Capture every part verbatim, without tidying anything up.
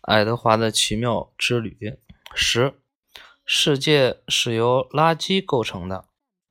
爱德华的奇妙之旅。十、世界是由垃圾构成的。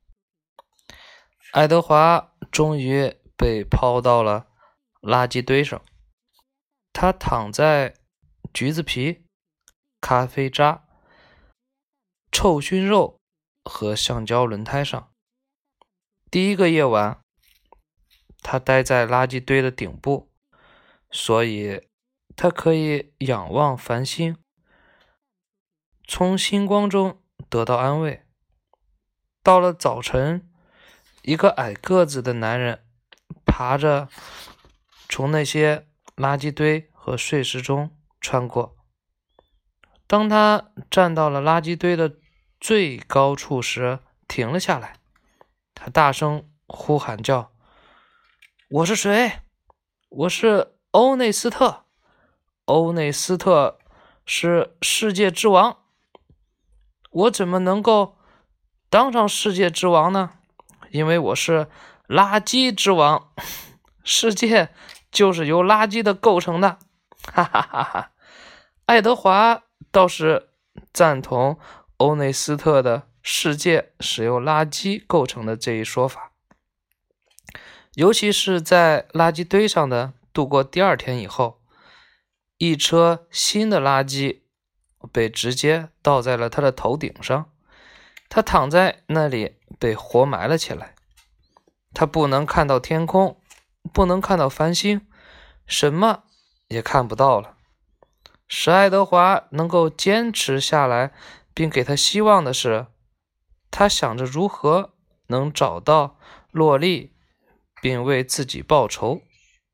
爱德华终于被抛到了垃圾堆上，他躺在橘子皮、咖啡渣、臭熏肉和橡胶轮胎上。第一个夜晚，他待在垃圾堆的顶部，所以他可以仰望繁星，从星光中得到安慰。到了早晨，一个矮个子的男人爬着从那些垃圾堆和碎石中穿过。当他站到了垃圾堆的最高处时，停了下来。他大声呼喊叫：“我是谁？我是欧内斯特。欧内斯特是世界之王。我怎么能够当上世界之王呢？因为我是垃圾之王。世界就是由垃圾的构成的。”哈哈哈哈！爱德华倒是赞同欧内斯特的世界是由垃圾构成的这一说法，尤其是在垃圾堆上的度过第二天以后，一车新的垃圾被直接倒在了他的头顶上，他躺在那里被活埋了起来。他不能看到天空，不能看到繁星，什么也看不到了。使爱德华能够坚持下来并给他希望的是，他想着如何能找到洛丽并为自己报仇。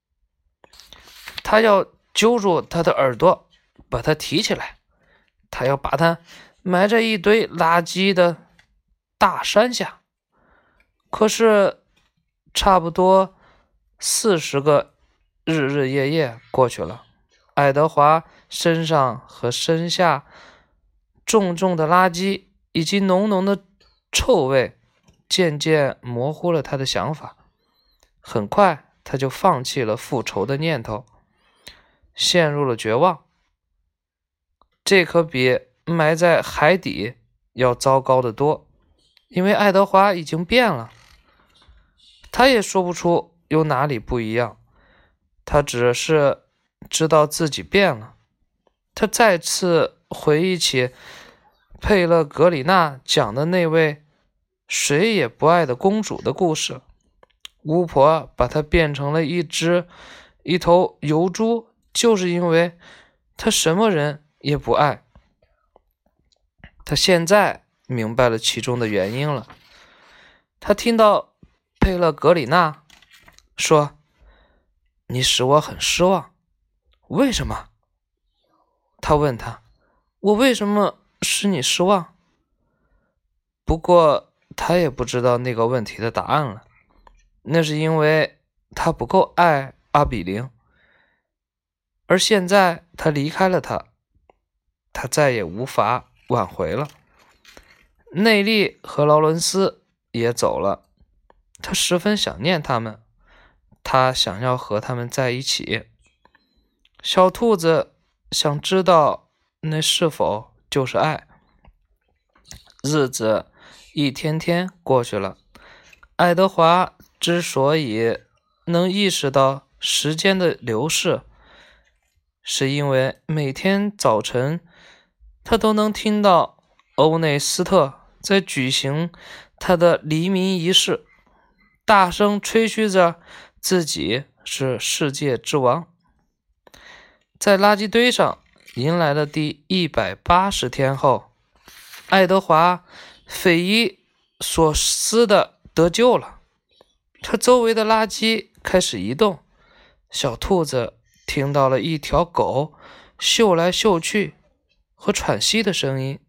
他要揪住他的耳朵，把他提起来，他要把他埋在一堆垃圾的大山下。可是差不多四十个日日夜夜过去了，爱德华身上和身下重重的垃圾以及浓浓的臭味渐渐模糊了他的想法。很快他就放弃了复仇的念头，陷入了绝望。这可比埋在海底要糟糕得多，因为爱德华已经变了。他也说不出有哪里不一样，他只是知道自己变了。他再次回忆起佩勒格里娜讲的那位谁也不爱的公主的故事。巫婆把她变成了一只一头油猪，就是因为她什么人也不爱。他现在明白了其中的原因了。他听到佩勒格里娜说：“你使我很失望。”为什么？他问他：“我为什么使你失望？”不过他也不知道那个问题的答案了。那是因为他不够爱阿比灵，而现在他离开了他，他再也无法挽回了。内利和劳伦斯也走了，他十分想念他们，他想要和他们在一起。小兔子想知道那是否就是爱。日子一天天过去了，爱德华之所以能意识到时间的流逝，是因为每天早晨他都能听到欧内斯特在举行他的黎明仪式，大声吹嘘着自己是世界之王。在垃圾堆上迎来了第一百八十天后，爱德华匪夷所思的得救了。他周围的垃圾开始移动，小兔子听到了一条狗嗅来嗅去和喘息的声音，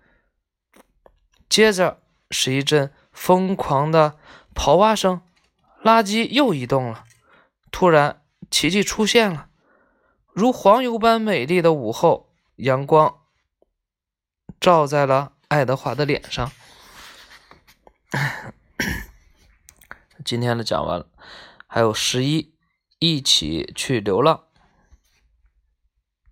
接着是一阵疯狂的刨挖声，垃圾又移动了。突然奇迹出现了，如黄油般美丽的午后，阳光照在了爱德华的脸上。今天的讲完了，还有十一，一起去流浪。